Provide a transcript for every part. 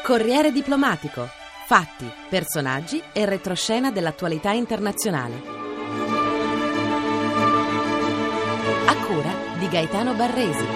Corriere diplomatico. Fatti, personaggi e retroscena dell'attualità internazionale. A cura di Gaetano Barresi.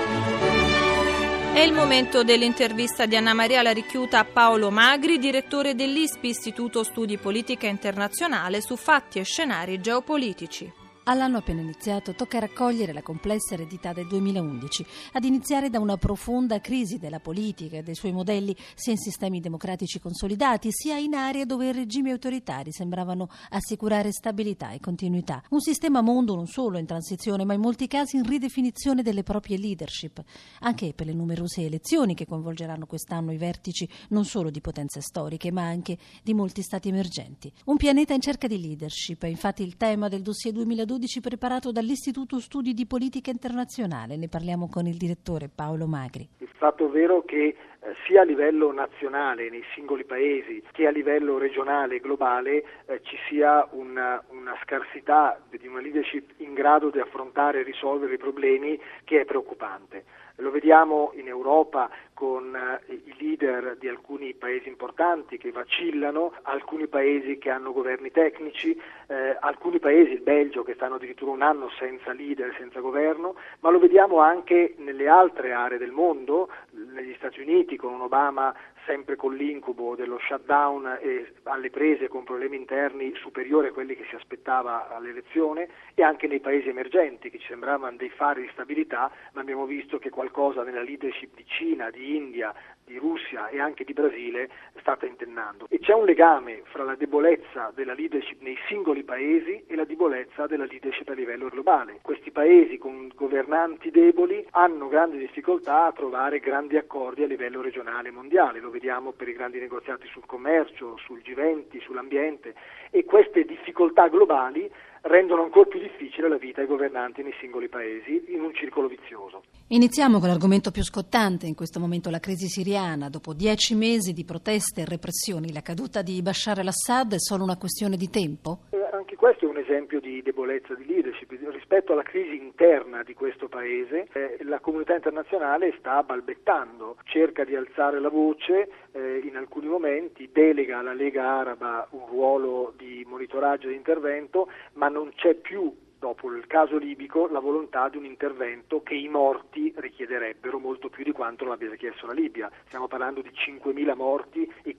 È il momento dell'intervista di Anna Maria Laricchiuta a Paolo Magri, direttore dell'ISPI, Istituto Studi Politica Internazionale, su fatti e scenari geopolitici. All'anno appena iniziato tocca raccogliere la complessa eredità del 2011, ad iniziare da una profonda crisi della politica e dei suoi modelli, sia in sistemi democratici consolidati, sia in aree dove i regimi autoritari sembravano assicurare stabilità e continuità. Un sistema mondo non solo in transizione, ma in molti casi in ridefinizione delle proprie leadership, anche per le numerose elezioni che coinvolgeranno quest'anno i vertici non solo di potenze storiche, ma anche di molti stati emergenti. Un pianeta in cerca di leadership è infatti il tema del dossier 2012 preparato dall'Istituto Studi di Politica Internazionale. Ne parliamo con il direttore Paolo Magri. Il fatto vero che sia a livello nazionale nei singoli paesi che a livello regionale e globale ci sia una scarsità di una leadership in grado di affrontare e risolvere i problemi che è preoccupante. Lo vediamo in Europa con i leader di alcuni paesi importanti che vacillano, alcuni paesi che hanno governi tecnici, alcuni paesi, il Belgio, che stanno addirittura un anno senza leader, senza governo, ma lo vediamo anche nelle altre aree del mondo, negli Stati Uniti con un Obama sempre con l'incubo dello shutdown e alle prese con problemi interni superiori a quelli che si aspettava all'elezione, e anche nei paesi emergenti che ci sembravano dei fari di stabilità, ma abbiamo visto che qualcosa nella leadership di Cina, di India, di Russia e anche di Brasile sta tentennando. E c'è un legame fra la debolezza della leadership nei singoli paesi e la debolezza della leadership a livello globale. Questi paesi con governanti deboli hanno grandi difficoltà a trovare grandi accordi a livello regionale e mondiale. Lo vediamo per i grandi negoziati sul commercio, sul G20, sull'ambiente, e queste difficoltà globali rendono ancora più difficile la vita ai governanti nei singoli paesi in un circolo vizioso. Iniziamo con l'argomento più scottante in questo momento, la crisi siriana. Dopo 10 mesi di proteste e repressioni, la caduta di Bashar al-Assad è solo una questione di tempo? Anche questo è un esempio di debolezza di leadership. Rispetto alla crisi interna di questo paese, la comunità internazionale sta balbettando, cerca di alzare la voce in alcuni momenti, delega alla Lega Araba un ruolo di monitoraggio e di intervento, ma non c'è più, dopo il caso libico, la volontà di un intervento che i morti richiederebbero molto più di quanto lo abbia chiesto la Libia. Stiamo parlando di 5.000 morti e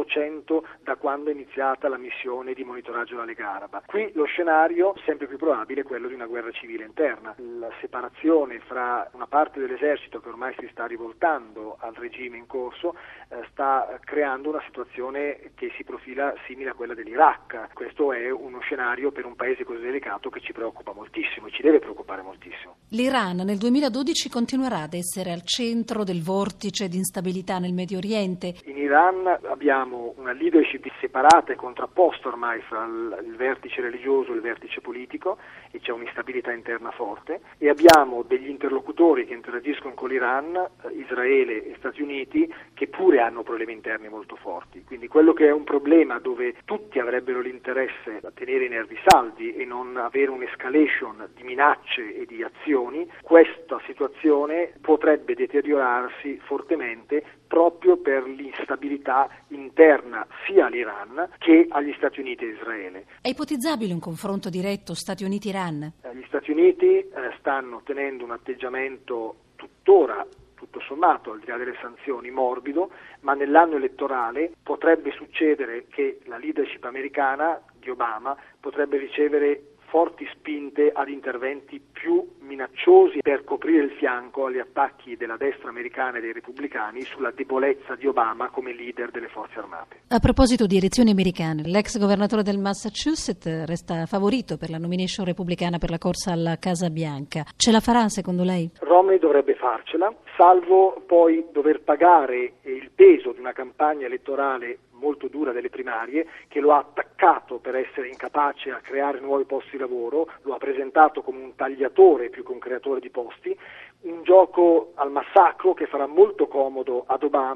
400 da quando è iniziata la missione di monitoraggio della Lega Araba. Qui lo scenario sempre più probabile è quello di una guerra civile interna. La separazione fra una parte dell'esercito che ormai si sta rivoltando al regime in corso sta creando una situazione che si profila simile a quella dell'Iraq. Questo è uno scenario per un paese così delicato che ci preoccupa moltissimo e ci deve preoccupare moltissimo. L'Iran nel 2012 continuerà ad essere al centro del vortice di instabilità nel Medio Oriente. In Iran abbiamo una leadership separata e contrapposta ormai fra il vertice religioso e il vertice politico, e c'è un'instabilità interna forte, e abbiamo degli interlocutori che interagiscono con l'Iran, Israele e Stati Uniti, che pure hanno problemi interni molto forti. Quindi quello che è un problema dove tutti avrebbero l'interesse a tenere i nervi saldi e non avere un'escalation di minacce e di azioni, questa situazione potrebbe deteriorarsi fortemente proprio per l'instabilità interna sia all'Iran che agli Stati Uniti e Israele. È ipotizzabile un confronto diretto Stati Uniti-Iran? Gli Stati Uniti stanno tenendo un atteggiamento tuttora, tutto sommato, al di là delle sanzioni, morbido, ma nell'anno elettorale potrebbe succedere che la leadership americana di Obama potrebbe ricevere forti spinte ad interventi più minacciosi per coprire il fianco agli attacchi della destra americana e dei repubblicani sulla debolezza di Obama come leader delle forze armate. A proposito di elezioni americane, l'ex governatore del Massachusetts resta favorito per la nomination repubblicana per la corsa alla Casa Bianca. Ce la farà secondo lei? Romney dovrebbe farcela, salvo poi dover pagare il peso di una campagna elettorale molto dura delle primarie, che lo ha attaccato per essere incapace a creare nuovi posti di lavoro, lo ha presentato come un tagliatore più che un creatore di posti, un gioco al massacro che farà molto comodo ad Obama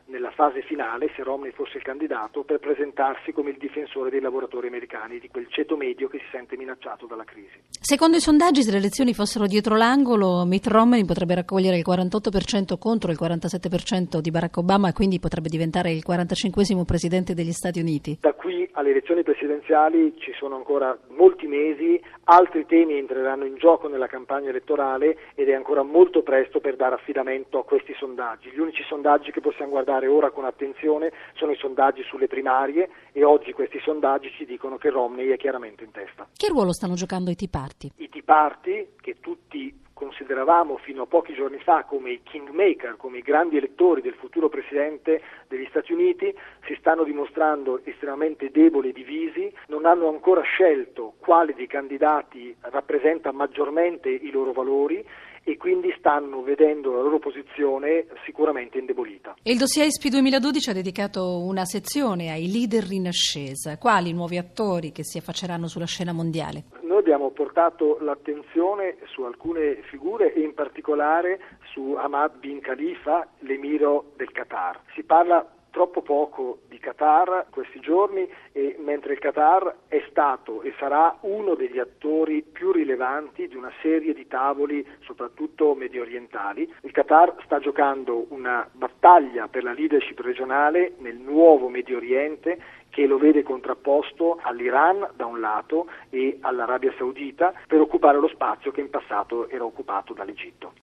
nella fase finale, se Romney fosse il candidato, per presentarsi come il difensore dei lavoratori americani, di quel ceto medio che si sente minacciato dalla crisi. Secondo i sondaggi, se le elezioni fossero dietro l'angolo, Mitt Romney potrebbe raccogliere il 48% contro il 47% di Barack Obama e quindi potrebbe diventare il 45esimo presidente degli Stati Uniti. Da qui alle elezioni presidenziali ci sono ancora molti mesi, altri temi entreranno in gioco nella campagna elettorale ed è ancora molto presto per dare affidamento a questi sondaggi. Gli unici sondaggi che possiamo guardare ora con attenzione sono i sondaggi sulle primarie e oggi questi sondaggi ci dicono che Romney è chiaramente in testa. Che ruolo stanno giocando i Tea Party? I Tea Party, che tutti consideravamo fino a pochi giorni fa come i kingmaker, come i grandi elettori del futuro presidente degli Stati Uniti, si stanno dimostrando estremamente deboli e divisi, non hanno ancora scelto quale dei candidati rappresenta maggiormente i loro valori e quindi stanno vedendo la loro posizione sicuramente indebolita. Il dossier ISPI 2012 ha dedicato una sezione ai leader in ascesa. Quali nuovi attori che si affacceranno sulla scena mondiale? Noi abbiamo portato l'attenzione su alcune figure e in particolare su Hamad bin Khalifa, l'emiro del Qatar. Si parla troppo poco di Qatar questi giorni e mentre il Qatar è stato e sarà uno degli attori più rilevanti di una serie di tavoli soprattutto medio orientali, il Qatar sta giocando una battaglia per la leadership regionale nel nuovo Medio Oriente che lo vede contrapposto all'Iran da un lato e all'Arabia Saudita per occupare lo spazio che in passato era occupato dall'Egitto.